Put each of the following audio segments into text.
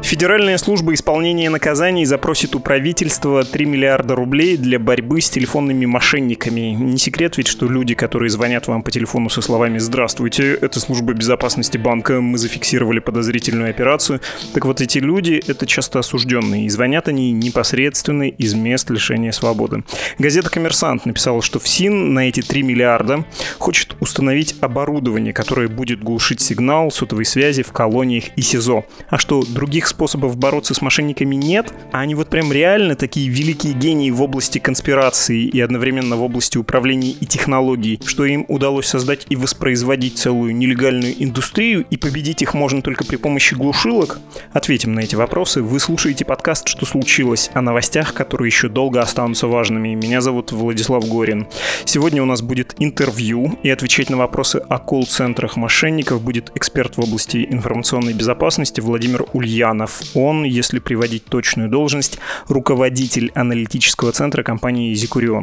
Федеральная служба исполнения наказаний запросит у правительства 3 миллиарда рублей для борьбы с телефонными мошенниками. Не секрет ведь, что люди, которые звонят вам по телефону со словами «Здравствуйте, это служба безопасности банка, мы зафиксировали подозрительную операцию». Так вот, эти люди — это часто осужденные, и звонят они непосредственно из мест лишения свободы. Газета «Коммерсант» написала, что ФСИН на эти 3 миллиарда хочет установить оборудование, которое будет глушить сигнал сотовой связи в колониях и СИЗО. А что, других способов бороться с мошенниками нет, а они вот прям реально такие великие гении в области конспирации и одновременно в области управления и технологий, что им удалось создать и воспроизводить целую нелегальную индустрию, и победить их можно только при помощи глушилок? Ответим на эти вопросы. Вы слушаете подкаст «Что случилось?» о новостях, которые еще долго останутся важными. Меня зовут Владислав Горин. Сегодня у нас будет интервью, и отвечать на вопросы о колл-центрах мошенников будет эксперт в области информационной безопасности Владимир Ульянов. Он, если приводить точную должность, руководитель аналитического центра компании «Зикурион».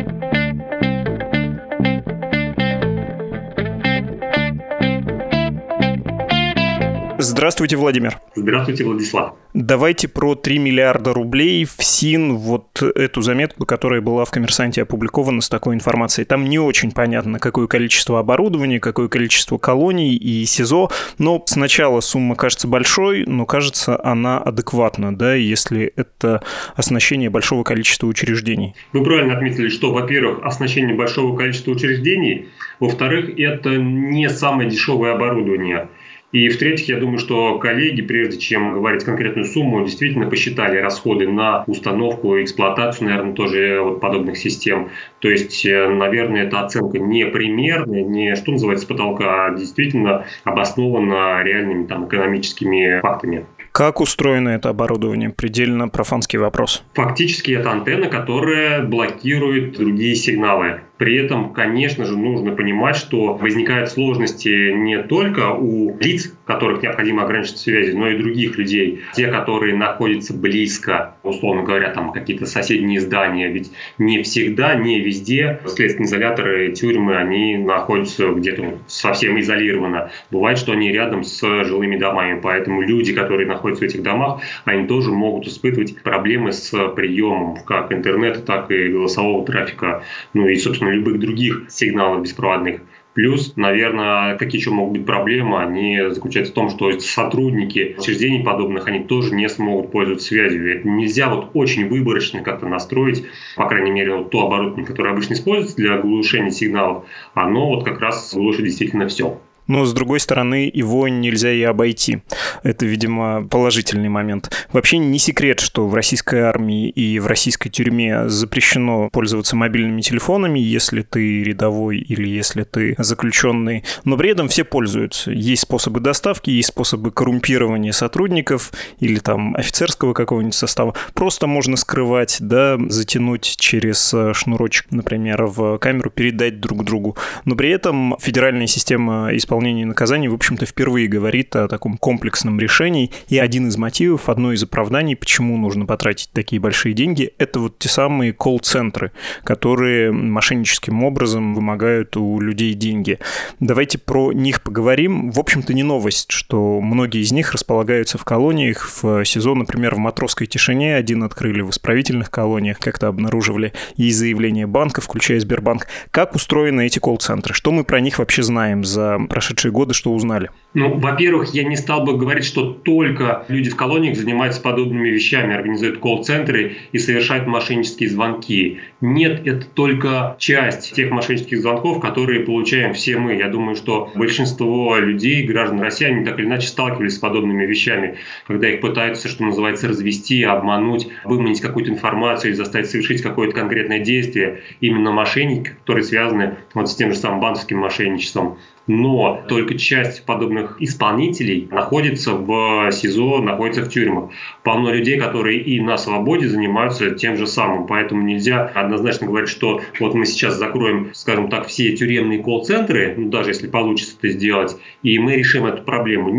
Здравствуйте, Владимир. Здравствуйте, Владислав. Давайте про 3 миллиарда рублей в ФСИН, вот эту заметку, которая была в «Коммерсанте» опубликована с такой информацией. Там не очень понятно, какое количество оборудования, какое количество колоний и СИЗО, но сначала сумма кажется большой, но кажется она адекватна, да, если это оснащение большого количества учреждений. Вы правильно отметили, что, во-первых, оснащение большого количества учреждений, во-вторых, это не самое дешевое оборудование. И в-третьих, я думаю, что коллеги, прежде чем говорить конкретную сумму, действительно посчитали расходы на установку и эксплуатацию, наверное, тоже подобных систем. То есть, наверное, эта оценка не примерная, не, что называется, с потолка, а действительно обоснована реальными экономическими фактами. Как устроено это оборудование? Предельно профанский вопрос. Фактически это антенна, которая блокирует другие сигналы. При этом, конечно же, нужно понимать, что возникают сложности не только у лиц, которых необходимо ограничить связи, но и других людей. Те, которые находятся близко, условно говоря, какие-то соседние здания. Ведь не всегда, не везде следственные изоляторы, тюрьмы, они находятся где-то совсем изолированно. Бывает, что они рядом с жилыми домами. Поэтому люди, которые находятся в этих домах, они тоже могут испытывать проблемы с приемом как интернета, так и голосового трафика. И, собственно, любых других сигналов беспроводных. Плюс, наверное, какие еще могут быть проблемы, они заключаются в том, что сотрудники учреждений подобных, они тоже не смогут пользоваться связью. Это нельзя очень выборочно как-то настроить, по крайней мере, то оборудование, которое обычно используется для глушения сигналов, оно как раз глушит действительно все. Но, с другой стороны, его нельзя и обойти. Это, видимо, положительный момент. Вообще не секрет, что в российской армии и в российской тюрьме запрещено пользоваться мобильными телефонами, если ты рядовой или если ты заключенный. Но при этом все пользуются. Есть способы доставки, есть способы коррумпирования сотрудников или офицерского какого-нибудь состава. Просто можно скрывать, затянуть через шнурочек, например, в камеру, передать друг другу. Но при этом федеральная система исполнения наказаний, в общем-то, впервые говорит о таком комплексном решении. И один из мотивов, одно из оправданий, почему нужно потратить такие большие деньги, это те самые колл-центры, которые мошенническим образом вымогают у людей деньги. Давайте про них поговорим. В общем-то, не новость, что многие из них располагаются в колониях, в СИЗО, например, в Матросской тишине. Один открыли в исправительных колониях, как-то обнаруживали. Есть заявления банков, включая Сбербанк. Как устроены эти колл-центры? Что мы про них вообще знаем за прошедшие годы, что узнали? Во-первых, я не стал бы говорить, что только люди в колониях занимаются подобными вещами, организуют колл-центры и совершают мошеннические звонки. Нет, это только часть тех мошеннических звонков, которые получаем все мы. Я думаю, что большинство людей, граждан России, они так или иначе сталкивались с подобными вещами, когда их пытаются, что называется, развести, обмануть, выманить какую-то информацию и заставить совершить какое-то конкретное действие. Именно мошенники, которые связаны с тем же самым банковским мошенничеством. Но только часть подобных исполнителей находится в СИЗО, находится в тюрьмах. Полно людей, которые и на свободе занимаются тем же самым. Поэтому нельзя однозначно говорить, что мы сейчас закроем, скажем так, все тюремные колл-центры, даже если получится это сделать, и мы решим эту проблему. Нет.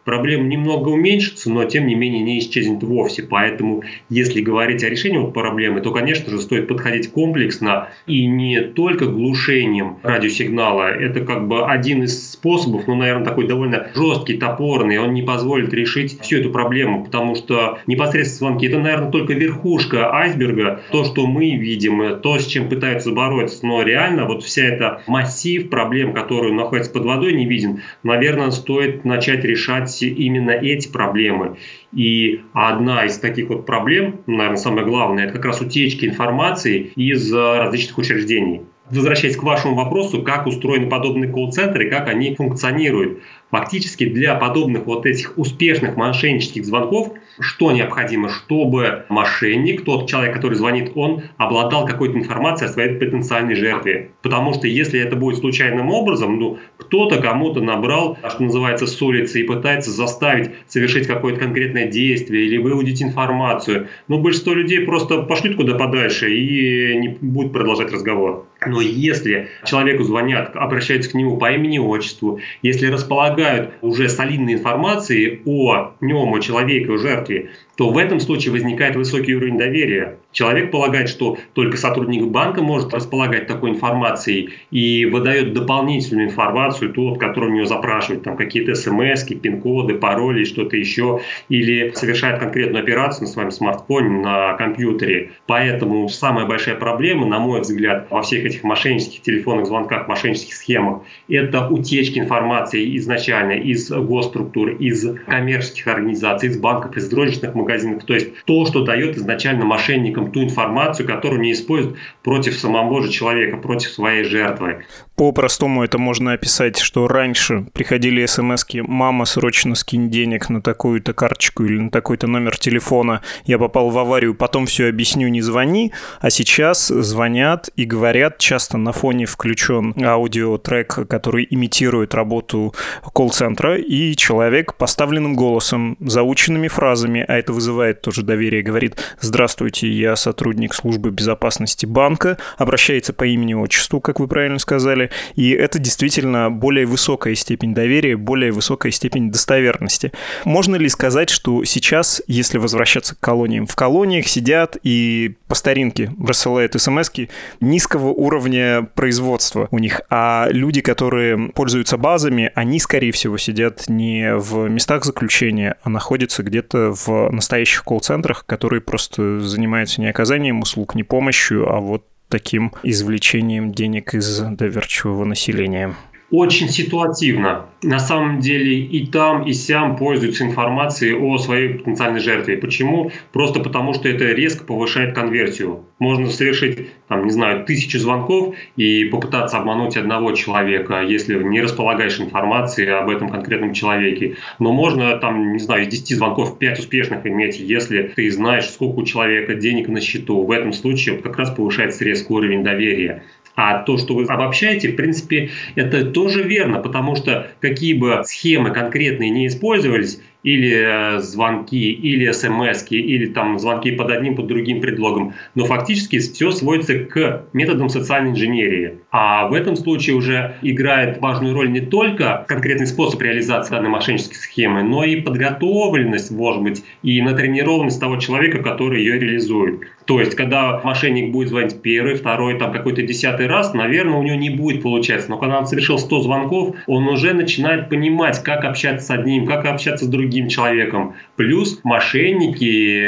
проблема немного уменьшится, но тем не менее не исчезнет вовсе. Поэтому, если говорить о решении проблемы, то, конечно же, стоит подходить комплексно и не только глушением радиосигнала. Это как бы один из способов, наверное, такой довольно жесткий, топорный. Он не позволит решить всю эту проблему, потому что непосредственно звонки — это, наверное, только верхушка айсберга, то, что мы видим, то, с чем пытаются бороться. Но реально вот вся эта массив проблем, который находится под водой, не виден. Наверное, стоит начать решать именно эти проблемы. И одна из таких вот проблем, наверное, самое главное, это как раз утечки информации из различных учреждений. Возвращаясь к вашему вопросу, как устроены подобные колл-центры, как они функционируют. Фактически для подобных вот этих успешных мошеннических звонков что необходимо? Чтобы мошенник, тот человек, который звонит, он обладал какой-то информацией о своей потенциальной жертве. Потому что если это будет случайным образом, кто-то кому-то набрал, что называется, с улицы и пытается заставить совершить какое-то конкретное действие или выудить информацию, большинство людей просто пошлют куда подальше и не будут продолжать разговор. Но если человеку звонят, обращаются к нему по имени-отчеству, если располагают уже солидной информацией о нем, о человеке, о жертве, то в этом случае возникает высокий уровень доверия. Человек полагает, что только сотрудник банка может располагать такой информацией и выдает дополнительную информацию, тот, который у него запрашивает, там какие-то смс-ки, пин-коды, пароли, что-то еще, или совершает конкретную операцию на своем смартфоне, на компьютере. Поэтому самая большая проблема, на мой взгляд, во всех этих мошеннических телефонных звонках, мошеннических схемах, это утечки информации изначально из госструктур, из коммерческих организаций, из банков, из розничных магазинов. То есть то, что дает изначально мошенникам ту информацию, которую не используют против самого же человека, против своей жертвы. По-простому это можно описать, что раньше приходили смс-ки: «Мама, срочно скинь денег на такую-то карточку или на такой-то номер телефона, я попал в аварию, потом все объясню, не звони». А сейчас звонят и говорят, часто на фоне включен аудиотрек, который имитирует работу колл-центра, и человек поставленным голосом, заученными фразами, а это вызывает тоже доверие, говорит: «Здравствуйте, я сотрудник службы безопасности банка», обращается по имени-отчеству, как вы правильно сказали, и это действительно более высокая степень доверия, более высокая степень достоверности. Можно ли сказать, что сейчас, если возвращаться к колониям, в колониях сидят и по старинке рассылают смс-ки низкого уровня производства у них, а люди, которые пользуются базами, они, скорее всего, сидят не в местах заключения, а находятся где-то в настоящих колл-центрах, которые просто занимаются не оказанием услуг, не помощью, а вот таким извлечением денег из доверчивого населения? Очень ситуативно. На самом деле и там, и сям пользуются информацией о своей потенциальной жертве. Почему? Просто потому, что это резко повышает конверсию. Можно совершить, 1000 звонков и попытаться обмануть одного человека, если не располагаешь информацией об этом конкретном человеке. Но можно, из 10 звонков 5 успешных иметь, если ты знаешь, сколько у человека денег на счету. В этом случае как раз повышается резко уровень доверия. А то, что вы обобщаете, в принципе, это тоже верно, потому что какие бы схемы конкретные не использовались, или звонки, или смс-ки, или звонки под одним, под другим предлогом, но фактически все сводится к методам социальной инженерии. А в этом случае уже играет важную роль не только конкретный способ реализации данной мошеннической схемы, но и подготовленность, может быть, и натренированность того человека, который ее реализует. То есть, когда мошенник будет звонить первый, второй, какой-то 10-й раз, наверное, у него не будет получаться. Но когда он совершил 100 звонков, он уже начинает понимать, как общаться с одним, как общаться с другим человеком. Плюс мошенники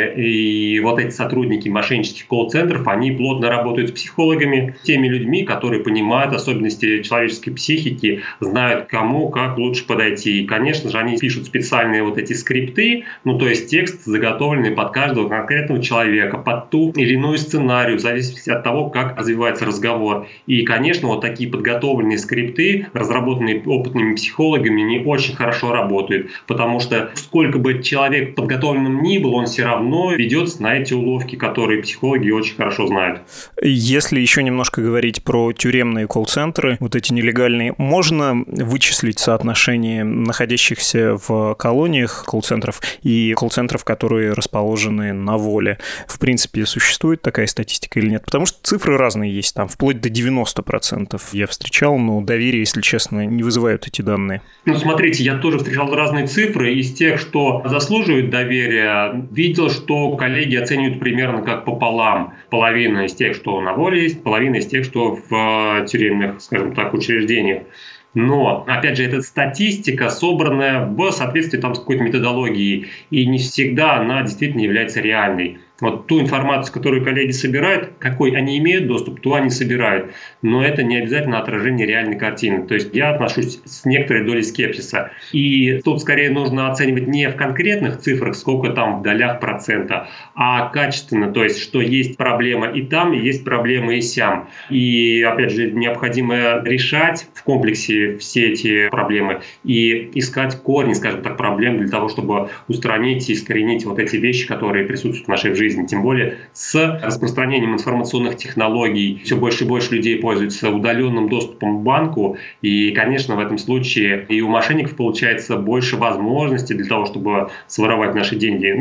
и вот эти сотрудники мошеннических колл-центров, они плотно работают с психологами, теми людьми, которые понимают особенности человеческой психики, знают, кому как лучше подойти. И, конечно же, они пишут специальные вот эти скрипты, то есть текст, заготовленный под каждого конкретного человека, под ту или иную сценарию, в зависимости от того, как развивается разговор. И, конечно, вот такие подготовленные скрипты, разработанные опытными психологами, не очень хорошо работают, потому что сколько бы человек подготовленным ни был, он все равно ведется на эти уловки, которые психологи очень хорошо знают. Если еще немножко говорить про тюремные колл-центры, вот эти нелегальные, можно вычислить соотношение находящихся в колониях колл-центров и колл-центров, которые расположены на воле? В принципе, существует такая статистика или нет? Потому что цифры разные есть, там вплоть до 90% я встречал, но доверие, если честно, не вызывают эти данные. Смотрите, я тоже встречал разные цифры. Из тех, что заслуживают доверия, видел, что коллеги оценивают примерно как пополам. Половина из тех, что на воле есть, половина из тех, что в тюремных, скажем так, учреждениях. Но, опять же, эта статистика, собранная в соответствии с какой-то методологией, и не всегда она действительно является реальной. Вот ту информацию, которую коллеги собирают, какой они имеют доступ, ту они собирают. Но это не обязательно отражение реальной картины. То есть я отношусь с некоторой долей скепсиса. И тут скорее нужно оценивать не в конкретных цифрах, сколько там в долях процента, а качественно. То есть что есть проблема и там, и есть проблема и сям. И опять же необходимо решать в комплексе все эти проблемы и искать корни, скажем так, проблем для того, чтобы устранить и искоренить вот эти вещи, которые присутствуют в нашей жизни. Тем более с распространением информационных технологий все больше и больше людей пользуются удаленным доступом к банку. И, конечно, в этом случае и у мошенников получается больше возможностей для того, чтобы своровать наши деньги.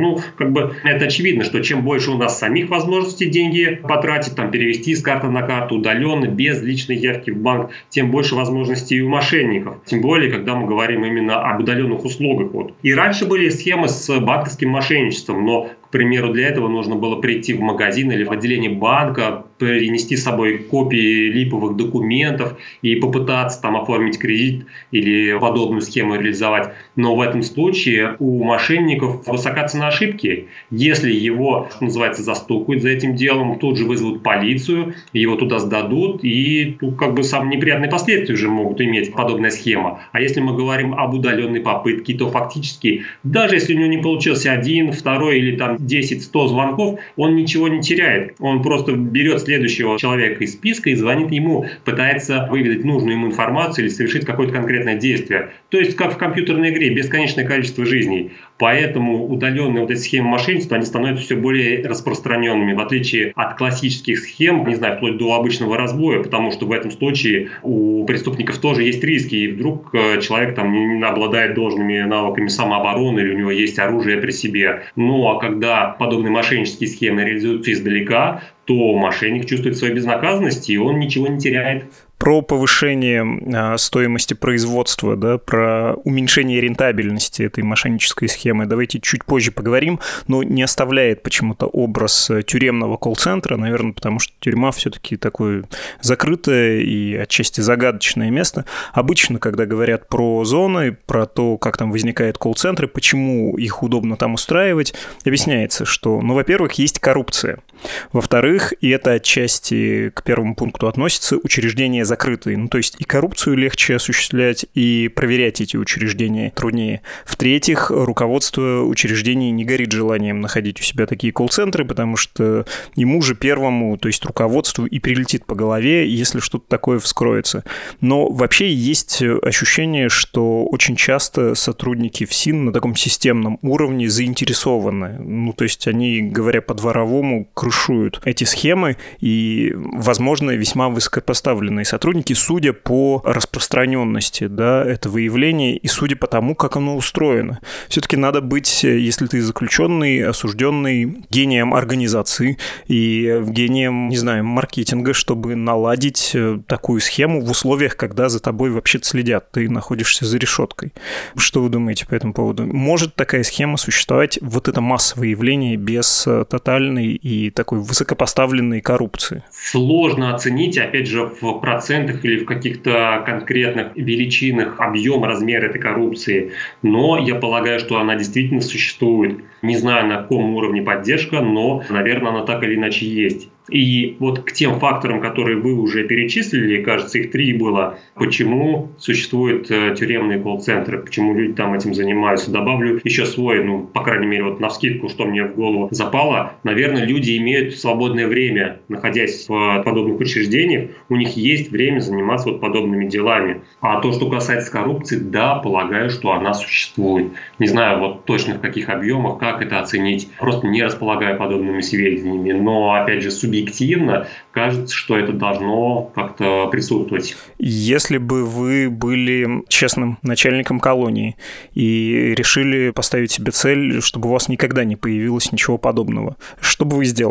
Это очевидно, что чем больше у нас самих возможностей деньги потратить, перевести с карты на карту удаленно, без личной явки в банк, тем больше возможностей и у мошенников. Тем более, когда мы говорим именно об удаленных услугах. И раньше были схемы с банковским мошенничеством, но, к примеру, для этого нужно было прийти в магазин или в отделение банка, принести с собой копии липовых документов и попытаться оформить кредит или подобную схему реализовать. Но в этом случае у мошенников высока цена ошибки. Если его, что называется, застукают за этим делом, тут же вызовут полицию, его туда сдадут, и тут самые неприятные последствия уже могут иметь подобная схема. А если мы говорим об удаленной попытке, то фактически, даже если у него не получился один, второй или 10-100 звонков, он ничего не теряет. Он просто берет следующего человека из списка и звонит ему, пытается выведать нужную ему информацию или совершить какое-то конкретное действие. То есть, как в компьютерной игре, бесконечное количество жизней. Поэтому удаленные эти схемы мошенничества, они становятся все более распространенными, в отличие от классических схем, вплоть до обычного разбоя, потому что в этом случае у преступников тоже есть риски, и вдруг человек не обладает должными навыками самообороны или у него есть оружие при себе. А когда подобные мошеннические схемы реализуются издалека, то мошенник чувствует свою безнаказанность, и он ничего не теряет. Про повышение стоимости производства, про уменьшение рентабельности этой мошеннической схемы давайте чуть позже поговорим, но не оставляет почему-то образ тюремного колл-центра, наверное, потому что тюрьма все-таки такое закрытое и отчасти загадочное место. Обычно, когда говорят про зоны, про то, как там возникают колл-центры, почему их удобно там устраивать, объясняется, что, во-первых, есть коррупция. Во-вторых, и это отчасти к первому пункту относится, учреждения закрытые. То есть и коррупцию легче осуществлять, и проверять эти учреждения труднее. В-третьих, руководство учреждений не горит желанием находить у себя такие колл-центры, потому что ему же первому, то есть руководству, и прилетит по голове, если что-то такое вскроется. Но вообще есть ощущение, что очень часто сотрудники ФСИН на таком системном уровне заинтересованы. То есть они, говоря по-дворовому, крышуют эти схемы, и, возможно, весьма высокопоставленные сотрудники, судя по распространенности этого явления и судя по тому, как оно устроено. Все-таки надо быть, если ты заключенный, осужденный, гением организации и гением, маркетинга, чтобы наладить такую схему в условиях, когда за тобой вообще-то следят, ты находишься за решеткой. Что вы думаете по этому поводу? Может такая схема существовать, это массовое явление, без тотальной и такой высокопоставленной коррупции? Сложно оценить, опять же, в процентах или в каких-то конкретных величинах объем, размер этой коррупции. Но я полагаю, что она действительно существует. Не знаю, на каком уровне поддержка, но, наверное, она так или иначе есть. И к тем факторам, которые вы уже перечислили, кажется, их 3 было, почему существуют тюремные колл-центры, почему люди там этим занимаются. Добавлю еще свой, по крайней мере, навскидку, что мне в голову запало. Наверное, люди имеют свободное время, находясь в подобных учреждениях, у них есть время заниматься подобными делами. А то, что касается коррупции, да, полагаю, что она существует. Не знаю точно в каких объемах, как это оценить. Просто не располагаю подобными сведениями. Но, опять же, субъективно кажется, что это должно как-то присутствовать. Если бы вы были честным начальником колонии и решили поставить себе цель, чтобы у вас никогда не появилось ничего подобного, что бы вы сделали?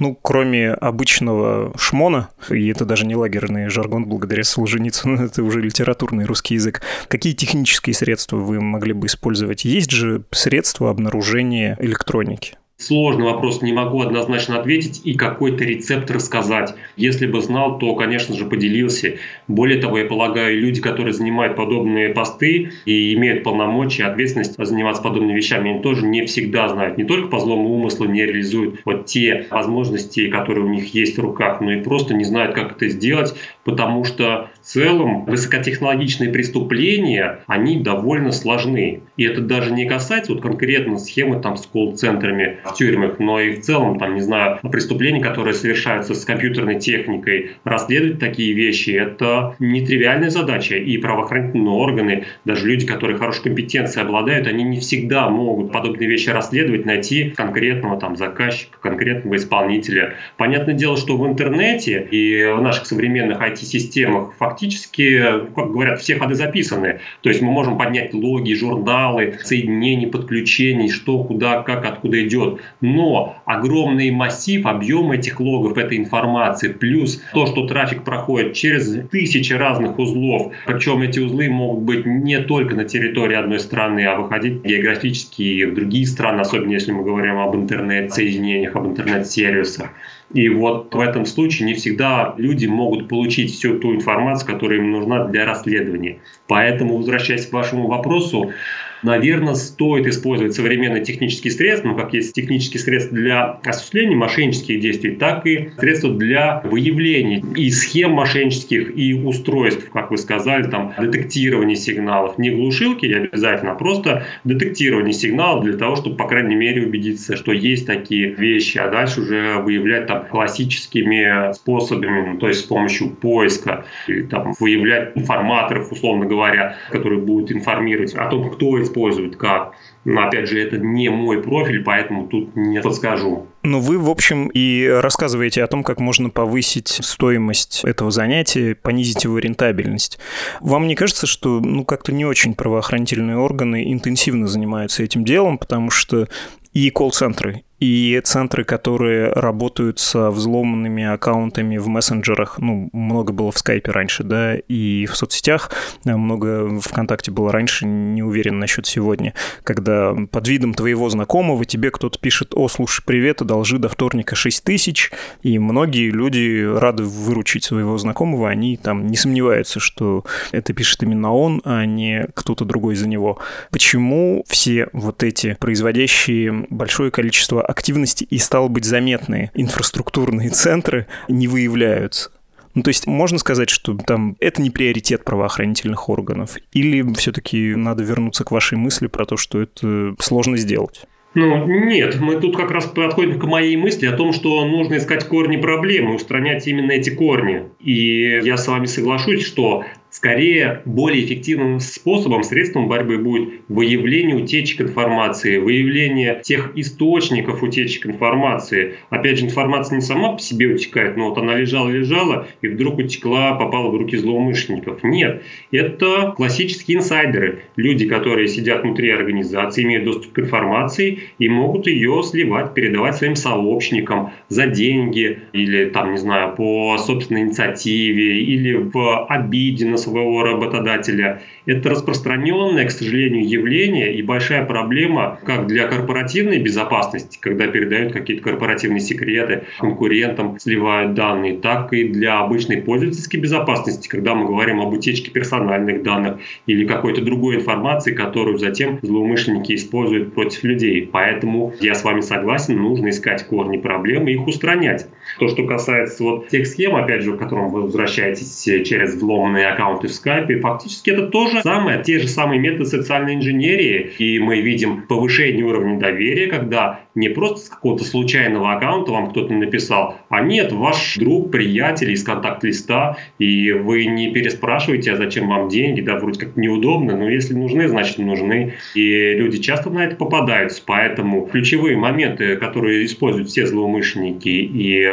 Ну, кроме обычного шмона, и это даже не лагерный жаргон благодаря Солженицыну, это уже литературный русский язык, какие технические средства вы могли бы использовать? Есть же средства обнаружения электроники? Сложный вопрос, не могу однозначно ответить и какой-то рецепт рассказать. Если бы знал, то, конечно же, поделился. Более того, я полагаю, люди, которые занимают подобные посты и имеют полномочия, ответственность заниматься подобными вещами, они тоже не всегда знают. Не только по злому умыслу не реализуют вот те возможности, которые у них есть в руках, но и просто не знают, как это сделать, потому что в целом высокотехнологичные преступления, они довольно сложны. И это даже не касается вот конкретно схемы там с колл-центрами в тюрьмах, но и в целом, там, не знаю, преступления, которые совершаются с компьютерной техникой. Расследовать такие вещи – это нетривиальная задача. И правоохранительные органы, даже люди, которые хорошей компетенцией обладают, они не всегда могут подобные вещи расследовать, найти конкретного там заказчика, конкретного исполнителя. Понятное дело, что в интернете и в наших современных IT-системах фактически, как говорят, все ходы записаны. То есть мы можем поднять логи, журналы, соединений, подключений, что, куда, как, откуда идет. Но огромный массив, объем этих логов, этой информации, плюс то, что трафик проходит через тысячи разных узлов, причем эти узлы могут быть не только на территории одной страны, а выходить географически и в другие страны, особенно если мы говорим об интернет-соединениях, об интернет-сервисах. И вот в этом случае не всегда люди могут получить всю ту информацию, которая им нужна для расследования. Поэтому, возвращаясь к вашему вопросу, наверное, стоит использовать современные технические средства, ну, как есть технические средства для осуществления мошеннических действий, так и средства для выявления и схем мошеннических, и устройств, как вы сказали, там, детектирование сигналов. Не глушилки обязательно, а просто детектирование сигналов для того, чтобы, по крайней мере, убедиться, что есть такие вещи, а дальше уже выявлять там классическими способами, ну, то есть с помощью поиска, или там выявлять информаторов, условно говоря, которые будут информировать о том, кто использует как. Но, опять же, это не мой профиль, поэтому тут не подскажу. Но вы, в общем, и рассказываете о том, как можно повысить стоимость этого занятия, понизить его рентабельность. Вам не кажется, что как-то не очень правоохранительные органы интенсивно занимаются этим делом, потому что и колл-центры, и центры, которые работают со взломанными аккаунтами в мессенджерах, много было в скайпе раньше, да, и в соцсетях, много в ВКонтакте было раньше, не уверен насчет сегодня, когда под видом твоего знакомого тебе кто-то пишет: «О, слушай, привет, одолжи до вторника 6 тысяч», и многие люди рады выручить своего знакомого, они там не сомневаются, что это пишет именно он, а не кто-то другой за него. Почему все вот эти производящие большое количество активности и, стало быть, заметные инфраструктурные центры не выявляются? То есть можно сказать, что там это не приоритет правоохранительных органов? Или все-таки надо вернуться к вашей мысли про то, что это сложно сделать? Нет, мы тут как раз подходим к моей мысли о том, что нужно искать корни проблемы, устранять именно эти корни. И я с вами соглашусь, что скорее более эффективным способом, средством борьбы будет выявление утечек информации, выявление тех источников утечек информации. Опять же, информация не сама по себе утекает, но вот она лежала и вдруг утекла, попала в руки злоумышленников. Нет, это классические инсайдеры, люди, которые сидят внутри организации, имеют доступ к информации и могут ее сливать, передавать своим сообщникам за деньги или там, не знаю, по собственной инициативе или в обиде на своего работодателя. Это распространенное, к сожалению, явление и большая проблема как для корпоративной безопасности, когда передают какие-то корпоративные секреты конкурентам, сливают данные, так и для обычной пользовательской безопасности, когда мы говорим об утечке персональных данных или какой-то другой информации, которую затем злоумышленники используют против людей. Поэтому я с вами согласен, нужно искать корни проблемы и их устранять. То, что касается вот тех схем, опять же, к которым вы возвращаетесь через взломанные аккаунты в скайпе, фактически это то же самое, те же самые методы социальной инженерии. И мы видим повышение уровня доверия, когда не просто с какого-то случайного аккаунта вам кто-то написал, а нет, ваш друг, приятель из контакт-листа, и вы не переспрашиваете, а зачем вам деньги, да, вроде как неудобно, но если нужны, значит нужны. И люди часто на это попадаются, поэтому ключевые моменты, которые используют все злоумышленники и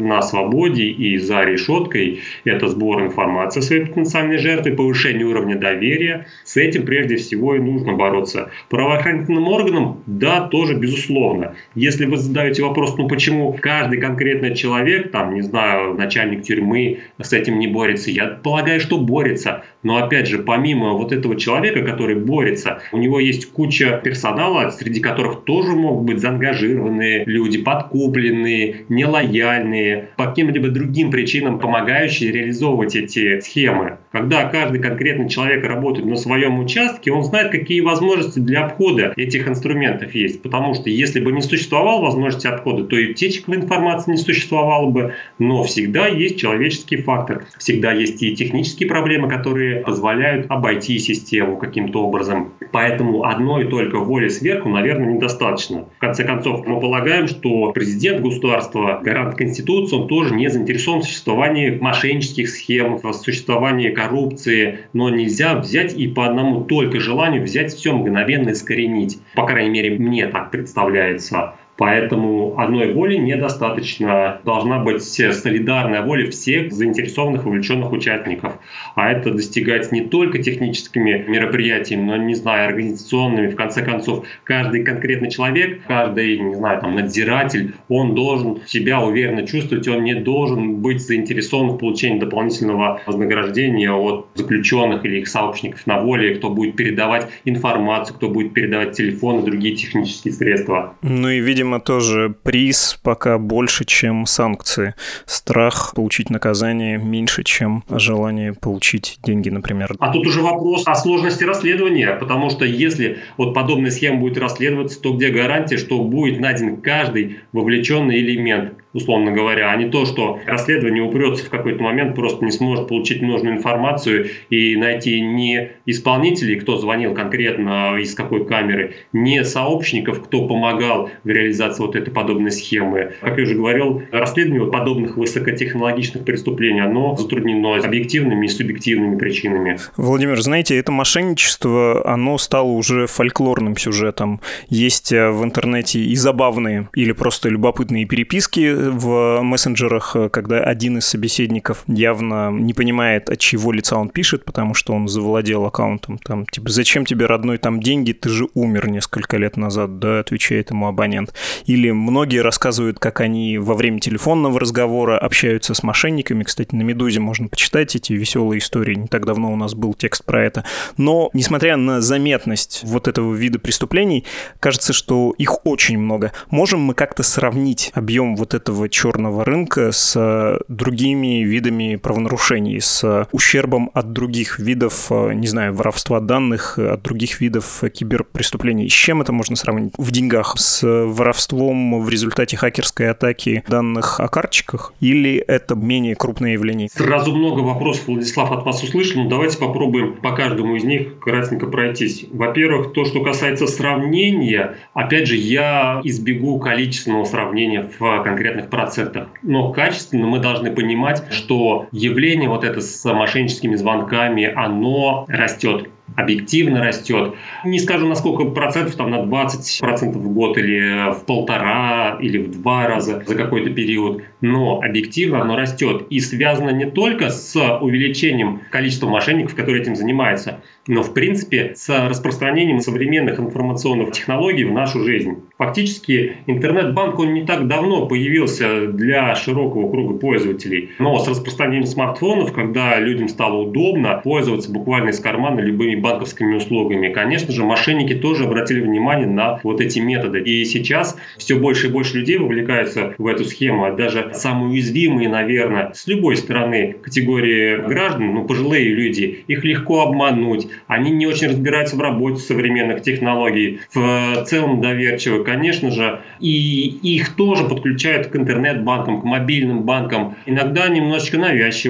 на свободе и за решеткой, это сбор информации о своей потенциальной жертве, повышение уровня доверия. С этим прежде всего и нужно бороться. Правоохранительным органам, да, тоже безусловно. Если вы задаете вопрос, почему каждый конкретный человек, начальник тюрьмы с этим не борется, я полагаю, что борется. Но опять же, помимо вот этого человека, который борется, у него есть куча персонала, среди которых тоже могут быть заангажированные люди, подкупленные, нелояльные, по каким-либо другим причинам помогающие реализовывать эти схемы. Когда каждый конкретный человек работает на своем участке, он знает, какие возможности для обхода этих инструментов есть. Потому что если бы не существовало возможности обхода, то и утечек информации не существовало бы. Но всегда есть человеческий фактор. Всегда есть и технические проблемы, которые позволяют обойти систему каким-то образом. Поэтому одной только воли сверху, наверное, недостаточно. В конце концов, мы полагаем, что президент государства, гарант Конституции, он тоже не заинтересован в существовании мошеннических схем, в существовании коррупции. Но нельзя взять и по одному только желанию взять все мгновенно искоренить. По крайней мере, мне так представляется. Поэтому одной воли недостаточно. Должна быть солидарная воля всех заинтересованных, вовлеченных участников. А это достигается не только техническими мероприятиями, но, организационными. В конце концов, каждый конкретный человек, каждый, надзиратель, он должен себя уверенно чувствовать, он не должен быть заинтересован в получении дополнительного вознаграждения от заключенных или их сообщников на воле, кто будет передавать информацию, кто будет передавать телефон и другие технические средства. И, видимо, тоже приз пока больше, чем санкции. Страх получить наказание меньше, чем желание получить деньги, например. А тут уже вопрос о сложности расследования, потому что если подобная схема будет расследоваться, то где гарантия, что будет найден каждый вовлеченный элемент, условно говоря, а не то, что расследование упрется в какой-то момент, просто не сможет получить нужную информацию и найти не исполнителей, кто звонил конкретно из какой камеры, не сообщников, кто помогал в реализации этой подобной схемы. Как я уже говорил, расследование подобных высокотехнологичных преступлений, оно затруднено объективными и субъективными причинами. Владимир, знаете, это мошенничество, оно стало уже фольклорным сюжетом. Есть в интернете и забавные или просто любопытные переписки в мессенджерах, когда один из собеседников явно не понимает, от чьего лица он пишет, потому что он завладел аккаунтом. Зачем тебе, родной, деньги, ты же умер несколько лет назад, да, отвечает ему абонент. Или многие рассказывают, как они во время телефонного разговора общаются с мошенниками. Кстати, на «Медузе» можно почитать эти веселые истории. Не так давно у нас был текст про это. Но, несмотря на заметность этого вида преступлений, кажется, что их очень много. Можем мы как-то сравнить объем этого черного рынка с другими видами правонарушений, с ущербом от других видов, воровства данных, от других видов киберпреступлений? С чем это можно сравнить в деньгах? С воровством в результате хакерской атаки данных о карточках, или это менее крупное явление? Сразу много вопросов, Владислав, от вас услышал, но давайте попробуем по каждому из них кратенько пройтись. Во-первых, то, что касается сравнения, опять же, я избегу количественного сравнения в конкретных процентах, но качественно мы должны понимать, что явление это с мошенническими звонками, оно растет. Объективно растет. Не скажу, на сколько процентов, на 20% в год или в 1,5 или в 2 раза за какой-то период, но объективно оно растет. И связано не только с увеличением количества мошенников, которые этим занимаются, но, в принципе, с распространением современных информационных технологий в нашу жизнь. Фактически, интернет-банк, он не так давно появился для широкого круга пользователей. Но с распространением смартфонов, когда людям стало удобно пользоваться буквально из кармана любыми банковскими услугами, конечно же, мошенники тоже обратили внимание на эти методы. И сейчас все больше и больше людей вовлекаются в эту схему. Даже самые уязвимые, наверное, с любой стороны категории граждан, пожилые люди, их легко обмануть. Они не очень разбираются в работе современных технологий, в целом доверчивы, конечно же. И их тоже подключают к интернет-банкам, к мобильным банкам. Иногда немножечко навязчиво.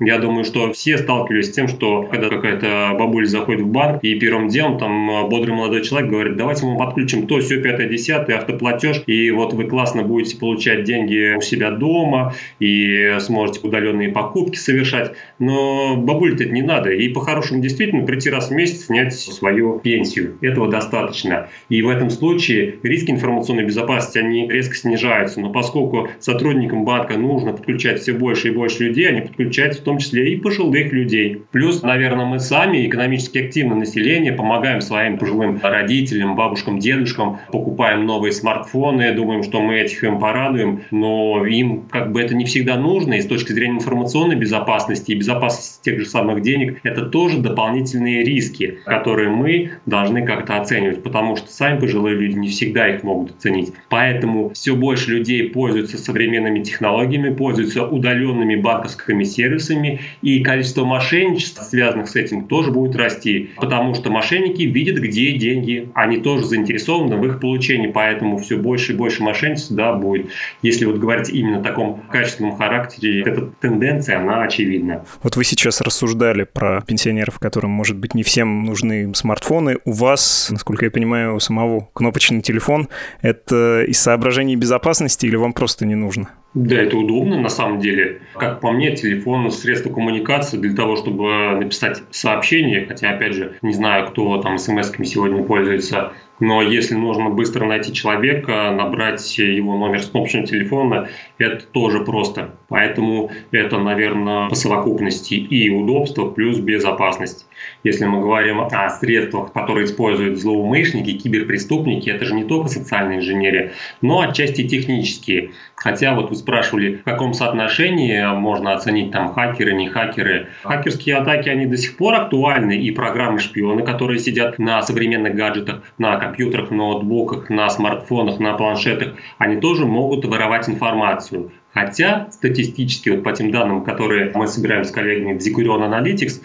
Я думаю, что все сталкивались с тем, что когда какая-то бабуля заходит в банк, и первым делом там бодрый молодой человек говорит: давайте мы подключим то, сё, 5-10, автоплатеж, и вот вы классно будете получать деньги у себя дома, и сможете удаленные покупки совершать. Но бабуле-то это не надо. И по-хорошему действительно прийти раз в месяц, снять свою пенсию. Этого достаточно. И в этом случае риски информационной безопасности, они резко снижаются. Но поскольку сотрудникам банка нужно подключать все больше и больше людей, они подключают в том числе и пожилых людей. Плюс, наверное, мы сами, экономически активное население, помогаем своим пожилым родителям, бабушкам, дедушкам, покупаем новые смартфоны, думаем, что мы этих им порадуем, но им как бы это не всегда нужно. И с точки зрения информационной безопасности и безопасности тех же самых денег, это тоже дополнительные риски, которые мы должны как-то оценивать, потому что сами пожилые люди не всегда их могут оценить. Поэтому все больше людей пользуются современными технологиями, пользуются удаленными банковскими сервисами, и количество мошенничеств, связанных с этим, тоже будет расти, потому что мошенники видят, где деньги, они тоже заинтересованы в их получении, поэтому все больше и больше мошенничеств, да, будет. Если вот говорить именно о таком качественном характере, эта тенденция, она очевидна. Вот вы сейчас рассуждали про пенсионеров, которым, может быть, не всем нужны смартфоны. У вас, насколько я понимаю, у самого кнопочный телефон. Это из соображений безопасности или вам просто не нужно? Да, это удобно на самом деле. Как по мне, телефон – средство коммуникации для того, чтобы написать сообщение, хотя, опять же, не знаю, кто там смс-ками сегодня пользуется, но если нужно быстро найти человека, набрать его номер с кнопочного телефона, это тоже просто. Поэтому это, наверное, по совокупности и удобство плюс безопасность. Если мы говорим о средствах, которые используют злоумышленники, киберпреступники, это же не только социальная инженерия, но отчасти технические. Хотя вот вы спрашивали, в каком соотношении можно оценить там хакеры, не хакеры. Хакерские атаки, они до сих пор актуальны, и программы-шпионы, которые сидят на современных гаджетах, на компьютерах, ноутбуках, на смартфонах, на планшетах, они тоже могут воровать информацию. Хотя статистически, вот по тем данным, которые мы собираем с коллегами в Zecurion Analytics,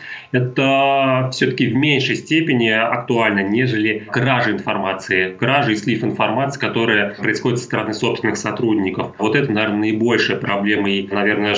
это все-таки в меньшей степени актуально, нежели кража информации, кража и слив информации, которая происходит со стороны собственных сотрудников. Вот это, наверное, наибольшая проблема. И, наверное,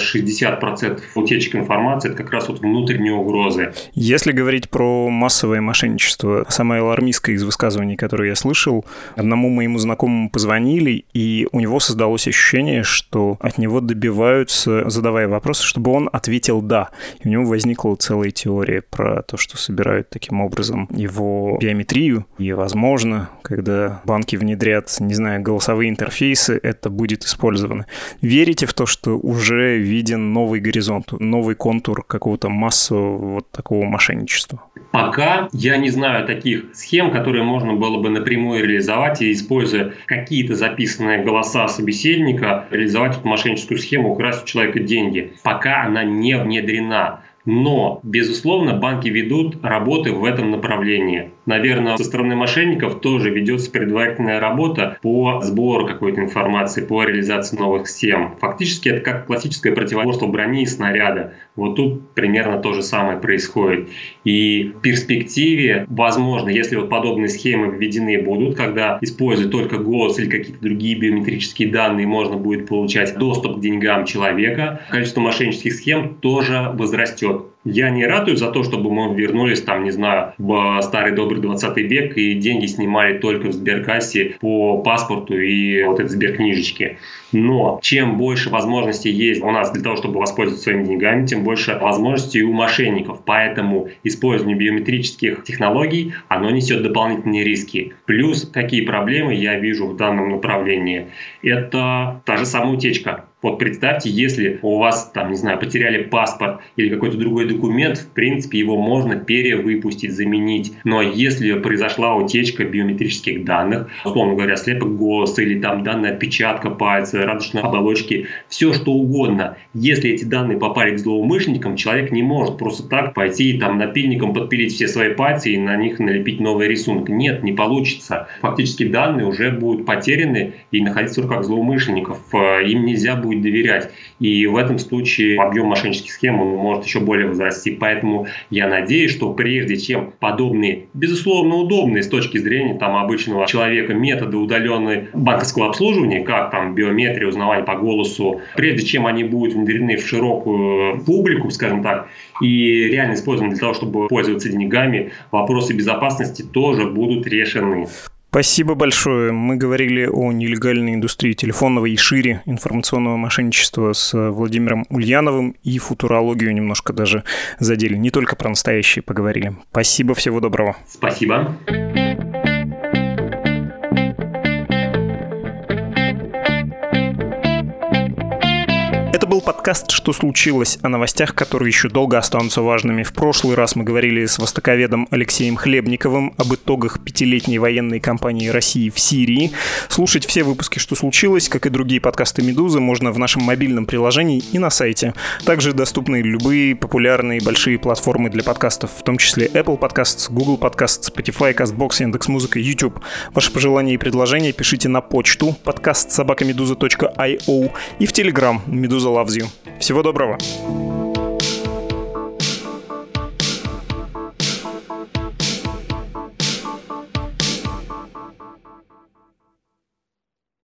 60% утечек информации – это как раз вот внутренние угрозы. Если говорить про массовое мошенничество, самое алармистское из высказываний, которые я слышал, одному моему знакомому позвонили, и у него создалось ощущение, что от него добиваются, задавая вопросы, чтобы он ответил «да». И у него возникла целая теория про то, что собирают таким образом его биометрию. И, возможно, когда банки внедрят, не знаю, голосовые интерфейсы, это будет использовано. Верите в то, что уже виден новый горизонт, новый контур какого-то массового вот такого мошенничества? Пока я не знаю таких схем, которые можно было бы напрямую реализовать и, используя какие-то записанные голоса собеседника, реализовать эту мошенническую схему, украсть у человека деньги. Пока она не внедрена. Но, безусловно, банки ведут работы в этом направлении. Наверное, со стороны мошенников тоже ведется предварительная работа по сбору какой-то информации, по реализации новых схем. Фактически это как классическое противоборство брони и снаряда. Вот тут примерно то же самое происходит. И в перспективе, возможно, если вот подобные схемы введены будут, когда используя только голос или какие-то другие биометрические данные, можно будет получать доступ к деньгам человека, количество мошеннических схем тоже возрастет. Я не ратую за то, чтобы мы вернулись, там, не знаю, в старый добрый 20 век и деньги снимали только в сберкассе по паспорту и вот этой сберкнижечке. Но чем больше возможностей есть у нас для того, чтобы воспользоваться своими деньгами, тем больше возможностей у мошенников. Поэтому использование биометрических технологий, оно несет дополнительные риски. Плюс какие проблемы я вижу в данном направлении? Это та же самая утечка. Вот представьте, если у вас, там, не знаю, потеряли паспорт или какой-то другой документ, в принципе, его можно перевыпустить, заменить. Но если произошла утечка биометрических данных, условно говоря, слепок голоса или там данные отпечатка пальца, радужной оболочки, все что угодно, если эти данные попали к злоумышленникам, человек не может просто так пойти там напильником подпилить все свои пальцы и на них налепить новый рисунок. Нет, не получится. Фактически данные уже будут потеряны и находиться в руках злоумышленников. Им нельзя будет будет доверять. И в этом случае объем мошеннических схем он может еще более возрасти. Поэтому я надеюсь, что прежде чем подобные, безусловно, удобные с точки зрения обычного человека методы удаленной банковского обслуживания, как биометрия, узнавание по голосу, прежде чем они будут внедрены в широкую публику, скажем так, и реально использованы для того, чтобы пользоваться деньгами, вопросы безопасности тоже будут решены. Спасибо большое. Мы говорили о нелегальной индустрии телефонного и шире информационного мошенничества с Владимиром Ульяновым и футурологию немножко даже задели. Не только про настоящее поговорили. Спасибо, всего доброго. Спасибо. Это был подкаст «Что случилось?» о новостях, которые еще долго останутся важными. В прошлый раз мы говорили с востоковедом Алексеем Хлебниковым об итогах 5-летней военной кампании России в Сирии. Слушать все выпуски «Что случилось?», как и другие подкасты «Медузы», можно в нашем мобильном приложении и на сайте. Также доступны любые популярные большие платформы для подкастов, в том числе Apple Podcasts, Google Podcasts, Spotify, CastBox, Яндекс.Музыка, YouTube. Ваши пожелания и предложения пишите на почту podcast@meduza.io и в Telegram «Медуза loves you». Всего доброго!